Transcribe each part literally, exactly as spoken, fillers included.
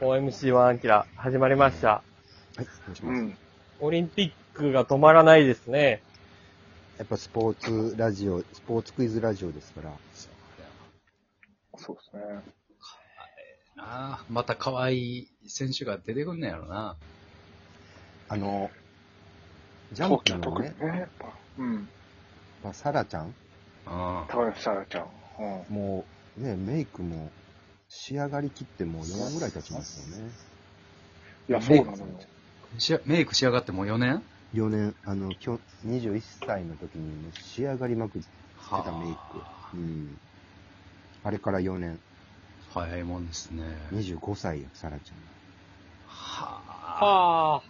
オーエムシーワン アキラ始まりました。 はい、お願いします。うん。 オリンピックが止まらないですね。 やっぱスポーツラジオ、スポーツクイズラジオですから。 そうですね。 なあ、また可愛い選手が出てくんねやろな。 あの、ジャンプのね、 ねうん。 まあ、サラちゃん、うん、 高橋サラちゃん。 うん、もうね、メイクも仕上がりきってもうよねんぐらい経ちますよね。 いや、そうなのよ。 メイク仕上がってもうよねん ? よ 年、あの、今日、にじゅういっさいの時にも仕上がりまくってたメイク。うん。あれからよねん。 早いもんですね。 にじゅうごさいよ、サラちゃん。 はぁ。は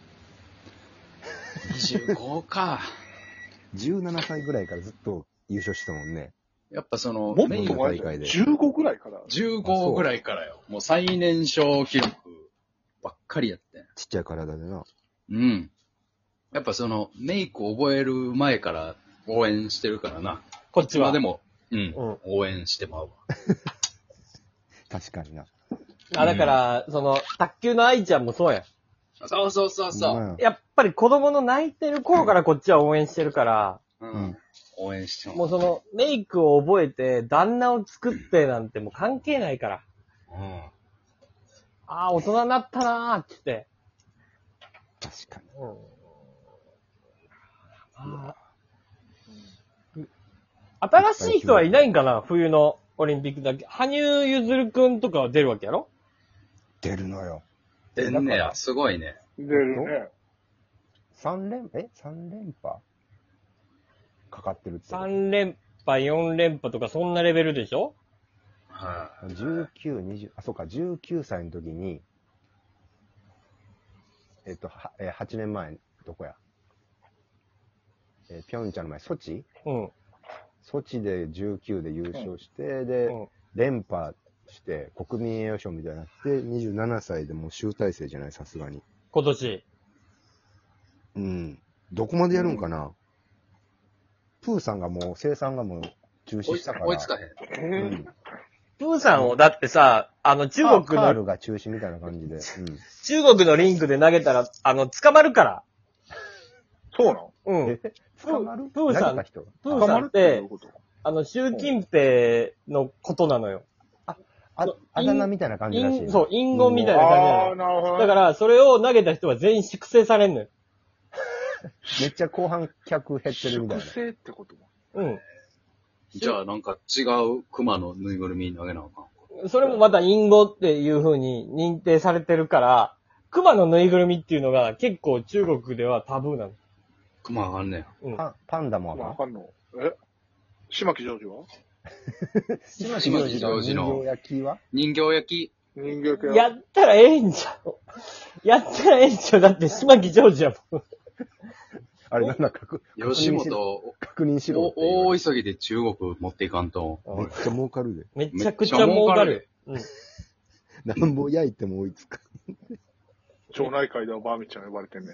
ぁ。にじゅうごか。 じゅうななさいぐらいからずっと優勝してたもんね。 やっぱその、 もっと前で。じゅうごぐらいから。 じゅうごぐらいからよ。もう最年少記録ばっかりやって。 ちっちゃい体でな。 うん。やっぱその、メイク覚える前から応援してるからな。 こっちは。 今でも、うん、 うん、 応援してまうわ。 確かにな。 あ、だから、うん、その、卓球の愛ちゃんもそうやん。 そうそうそうそう。 やっぱり子供の泣いてる頃からこっちは応援してるから、 うん。うん、応援してもうその、メイクを覚えて、旦那を作ってなんてもう関係ないから。 うん。 ああ、大人になったなーって。 確かに。 うんあ新しい人はいないんかな冬のオリンピックだけ。羽生結弦くんとかは出るわけやろ出るのよ。 出んねや、すごいね。 出るね。 三連、え三連覇かかってるって。 三連覇、四連覇とかそんなレベルでしょはい、 じゅうきゅう、にじゅう、あ、そうか、じゅうきゅうさいの時に、えっと、は、えー、はちねんまえ、どこやえー、ピョンチャンの前、ソチうん。 ソチでじゅうきゅうで優勝して、うん、で、うん、連覇して、国民栄誉賞みたいになって、にじゅうななさいでもう集大成じゃない、さすがに。 今年。 うん。どこまでやるんかな、うん、プーさんがもう、生産がもう中止したから。 追いつかへん。 うん。プーさんを、だってさ、あの、中国の。 カールが中止みたいな感じで。うん、 中国のリンクで投げたら、あの、捕まるから。 そうなのうん。 捕まるプーさん、 人プーさんって、あの、習近平のことなのよ。 あ、あ、あだ名みたいな感じらしい、ね。 そう、隠語みたいな感じなの。 ああ、なるほど。 だから、それを投げた人は全員粛清されんのよ。 めっちゃ後半客減ってるみたいな。 粛清ってことうん。 じゃあ、なんか違う熊のぬいぐるみ投げなあかん。それもまた隠語っていう風に認定されてるから、熊のぬいぐるみっていうのが結構中国ではタブーなの。 熊あかんねや。 うん。 パン、パンダもあかん。 あかんのえ島木ジョージは島木ジョージの人形焼きは人形焼き。 人形焼きはやったらええんじゃん。やったらええんじゃん。だって島木ジョージやもん。 あれなんだ、確認吉本、 確認しろ。 大急ぎで中国持っていかんと。 めっちゃ儲かるで。 めちゃくちゃ儲かる。うん。 なんぼ焼いても追いつかん。 町内会ではバーミちゃん呼ばれてんねん。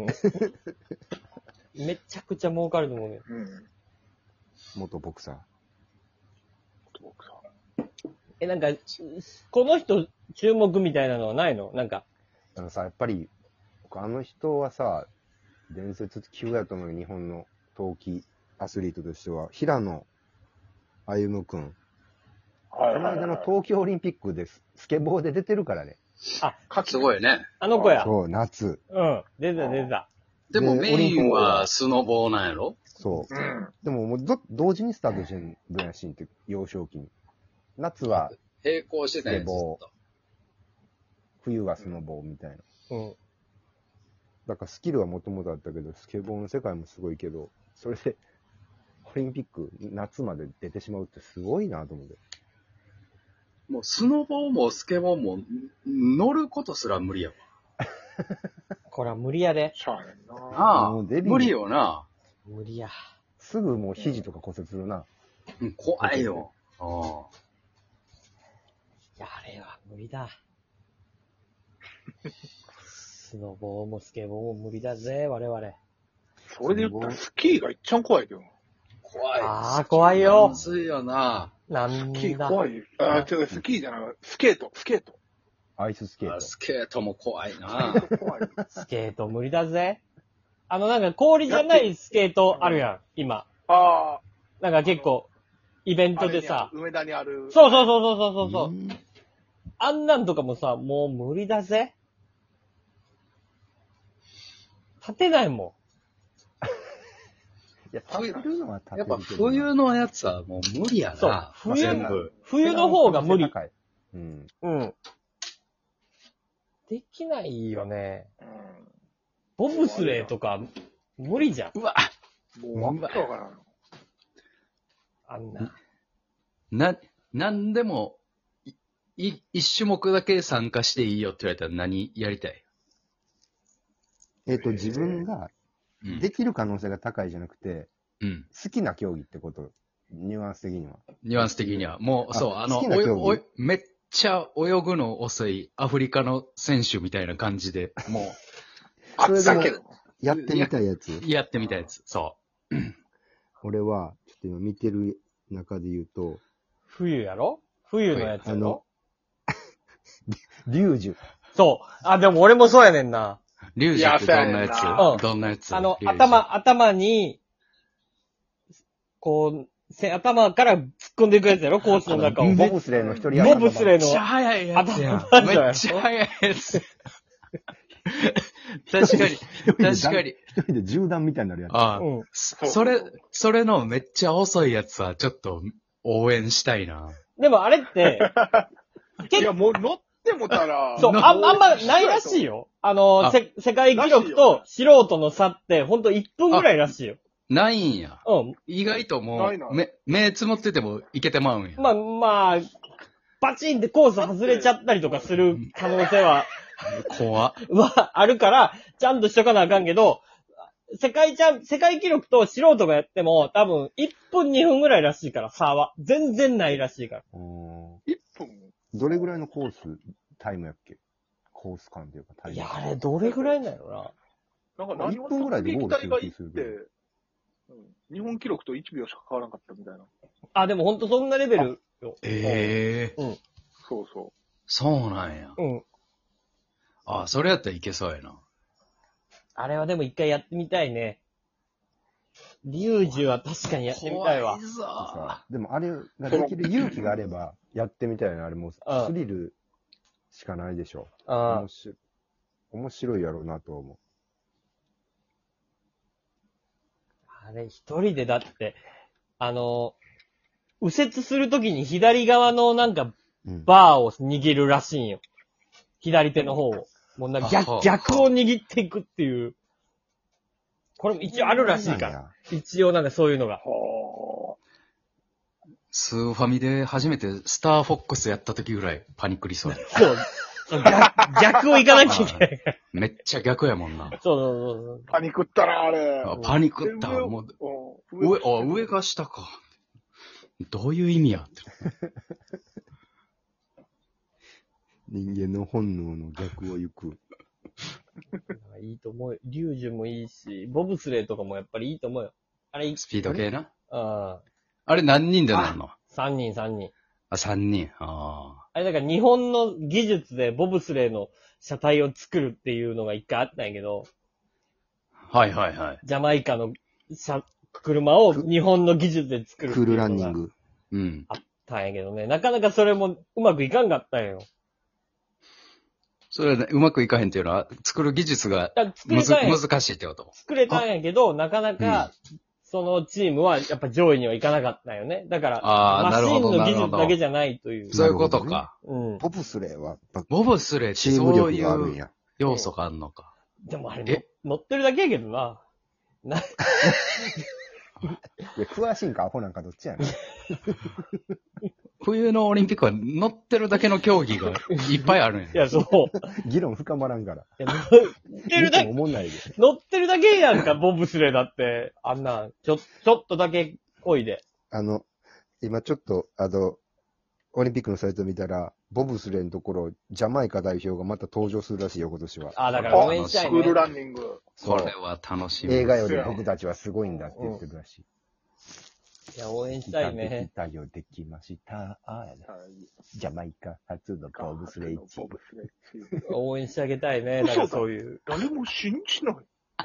うん。めちゃくちゃ儲かると思うね。 うん。 元ボクサー。 元ボクサー。え、なんか、この人注目みたいなのはないのなんか。 あのさ、やっぱり、あの人はさ、伝説級やと思うよ、日本の冬季アスリートとしては。平野歩夢くん。 はい。 この間の東京オリンピックでスケボーで出てるからね。 あ、 すごいね。 あの子や。 そう、夏。 うん。出た出た。 でもメインはスノボーなんやろそう。 うん。 でももうど同時にスタートしてるらしいんって、幼少期に。夏は並行してたやつ。 スケボー。冬はスノボーみたいな。 うん。 だからスキルはもともとあったけど、スケボーの世界もすごいけど、それでオリンピック夏まで出てしまうってすごいなと思って。 もうスノボーもスケボーも乗ることすら無理やわ。 こら無理やで。 しゃあねんな。 ああ、無理よな。 無理や。 すぐもう肘とか骨折するな。 うん、怖いよ。ああ。 いや、あれは無理だ。スノボーもスケボーも無理だぜ、我々。 それで言ったらスキーが一番怖いけど。 怖い。 ああ、怖いよ。 きついよな。 なんだ。 スキー怖い。ああ、違う、スキーじゃない、スケート、スケート。 アイススケート。 スケートも怖いな怖い。 スケート無理だぜ。あの、なんか氷じゃないスケートあるやん、今。 ああ。 なんか結構、イベントでさ。 梅田にある。 そうそうそうそうそうそう。 んあんなんとかもさ、もう無理だぜ。立てないもいや、立てるのは立てるけど。 やっぱ冬のやつはもう無理やそうな。 冬全部。 ん。冬の方が無理。 高い。うん。 うん。できないよね。 うん。 ボブスレーとか、無理じゃん。 うわもうわけわからん。 あんな。 な、なんでも、い、い一種目だけ参加していいよって言われたら何やりたい？ えっと、自分がうん。 できる可能性が高いじゃなくて、 うん。 好きな競技ってこと、ニュアンス的には。 ニュアンス的には。もう、 あそう、あの、 好きな競技おいおいめっちゃ泳ぐの遅いアフリカの選手みたいな感じで、もそれでもだけど。 やってみたいやつ。 う、やってみたやつ。そ俺は、ちょっと今見てる中で言うと、 冬やろ冬のやつやあのろリュージュ。 そう。あ、でも俺もそうやねんな。 う。リュウジってどんなやいやそうやねんなつどんなやつあの、 リュウジ頭、頭に、こう、せ頭から突っ込んでいくやつやろコースの中を。 ボブスレーの一人ボブスレーめっちゃの、 速いやつやん。 頭じゃんめっちゃ速いやつ。確かに、確かに。 一人で銃弾みたいになるやつ。 ああ、 うん。 そそれ、それのめっちゃ遅いやつはちょっと応援したいな。 でもあれって、 いや、もう乗ってもたら。 そう、 なあんあんまないらしいよ。あの、 あせ世界記録と素人の差って、ほんといっぷんぐらいらしいよ。 ないんや。 うん。 意外ともないなう、目、目つむっててもいけてまうんや。 まあ、まあ、バチンってコース外れちゃったりとかする可能性は、 怖っ。 はあるから、ちゃんとしとかなあかんけど、世界チャン、世界記録と素人がやっても、多分、いっぷんにふんぐらいらしいから、差は。全然ないらしいから。 うーんいっぷん。 どれぐらいのコース、タイムやっけコース間っていうかタイム。 いや、あれ、どれぐらいなんやろな。 なんか何いっぷんぐらいでゴールするが行っ気するけどて、うん日本記録といちびょうしか変わらなかったみたいな。 あ、でもほんとそんなレベルよ。 ええー、 うん。 そうそそうなんや。 うん。 ああ、それやったらいけそうやな。 あれはでも一回やってみたいね。リュウジは確かにやってみたいわ怖い。ぞさでもあれができる勇気があれば、やってみたいな、あれもううんスリルしかないでしょ。 あ面白い。面白いやろうなとは思あれ、一人でだって、あの、右折するときに左側のなんかう。うん。 バーを握るらしいんよ。左手の方を。もうなんかあ逆、 はあ逆を握っていくっていう。これも一応あるらしいから。 ら。 一応なんかそういうのが。 う。はスーファミで初めてスターフォックスやった時ぐらいパニクりそうや。 そう。そう逆、逆を行かなきゃいけないから。 めっちゃ逆やもんな。 そうそうそうあ。パニクったな、あれ。 あパニクった。 で上もううん上、あ、上が下か。どういう意味やって。 人間の本能の逆を行く。 そう。いいと思うよ。リュウジュもいいし、ボブスレーとかもやっぱりいいと思うよ。あれ、 スピード系な。 ああれ何人でなるのさんにんさんにん。 あ、三人。ああれだから日本の技術でボブスレーの車体を作るっていうのが一回あったんやけど、 あ。はいはいはい。 ジャマイカの車、車を日本の技術で作るっていうのがクールランニング。 うん。 あったんやけどね、なかなかそれもうまくいかんかったんよ。 それね、うまくいかへんっていうのは、作る技術がだから作むずれたんや、 難しいってこと。 作れたんやけど、なかなか、そのチームはやっぱ上位にはいかなかったんよね。だから、 あーマシンの技術なるほどだけじゃないという。 そういうことか。 うん。 ボブスレーは、やっぱボブスレーってチームそうい力があるんうや。 要素があるのか。 でもあれえ乗ってるだけやけどな。な、 いや、詳しいんかアホなんかどっちやねん。 冬のオリンピックは乗ってるだけの競技がいっぱいあるんや。 いや、そう。 議論深まらんから。 いや乗ってるだけ見ても思んないで。 乗ってるだけやんか、ボブスレーだって。あんな、ちょ、ちょっとだけ漕いで。 あの、今ちょっと、あの、オリンピックのサイト見たら、ボブスレーのところ、ジャマイカ代表がまた登場するらしいよ、今年は。 あ、だから応援したいねスクール。ランニング。 これは楽しみ。 映画より僕たちはすごいんだって言ってるらしい。 いや、応援したいできね。 たよ、できました。ああやな。ジャマイカ初のボブスレーチボ。ブスレッチ。 応援してあげたいね。なんかそういう。 誰も信じない。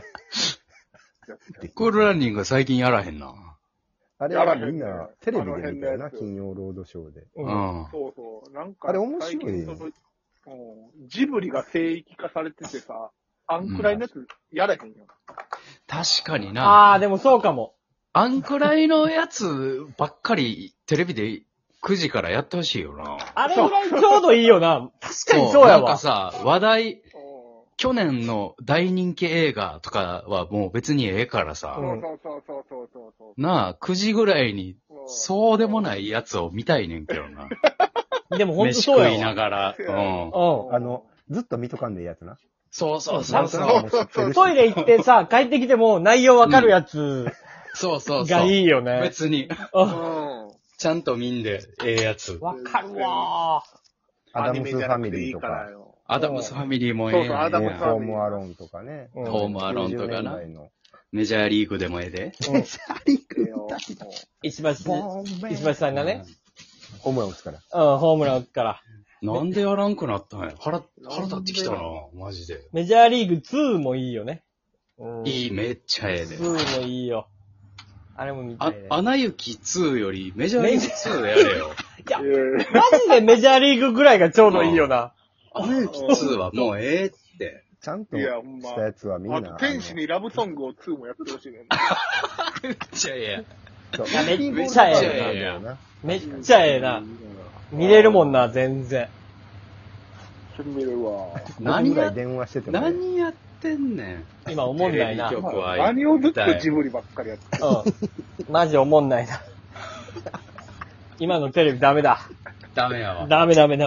クールランニング最近やらへんな。 あれはみんなテレビで見たよな、金曜ロードショーで。 う。 うんん。 そうそう。なんか、 あれ面白いよ最近そのうんジブリが聖域化されててさ、あんくらいのやつやらへんよ。 確かにな。 ああ、でもそうかも。 あんくらいのやつばっかりテレビでくじからやってほしいよな。 あれぐらいちょうどいいよな。確かにそうやなんかわ。 さ、話題、 うん去年の大人気映画とかはもう別にええからさ、 うんそうそうそうそうそうそう。 なあ、くじぐらいにうんそうでもないやつを見たいねんけどな。 でもほんと飯そうやわ。 食いながら。うん。 うん。 あの、ずっと見とかんでいいやつな。 そうそうそうなんとそう。 なくもう知ってるしトイレ行ってさ、帰ってきても内容わかるやつそうそうそがう。 いいよね。 別に、 うんうん。 ちゃんと見んでええやつ。 わかるわアダムスファミリーとか、 アダムスファミリーもええそうそうやんねアダムスファホームアローンとかね。 うんホームアローンとかなきゅうじゅうねんだいのメジャーリーグでもええで。 ー。うんリええよ石橋、石橋さんがね、 ホームラン打つから。 うん、ホームラン打つから。 なんでやらんくなったんや。腹、腹立ってきたな、マジで。 メジャーリーグツーもいいよね。うんいい、めっちゃええでツ。ーもいいよ。あれも見たあいね。、 アナ雪ツーよりメジャーリーグツーでやれよ。 いや、 ええマジでメジャーリーグぐらいがちょうどいいよな。 アナ雪ツーはもうええって。 ちゃんといや、ほんましたやつはみんな。 あと、天使にラブソングをツーもやってほしいねんな。 めっちゃええやん。 そういやめっキーボードちゃええとかなんだよな。 めっちゃええな。見れるもんな、全然。 見るわ。 何や何ぐらい電話しててもね。 何やってんねん。 今思んないな。 テレビ局は何をずっとジブリばっかりやってる。 うん。マジ思んないな。今のテレビダメだ。 ダメやわ。 ダメダメダメ。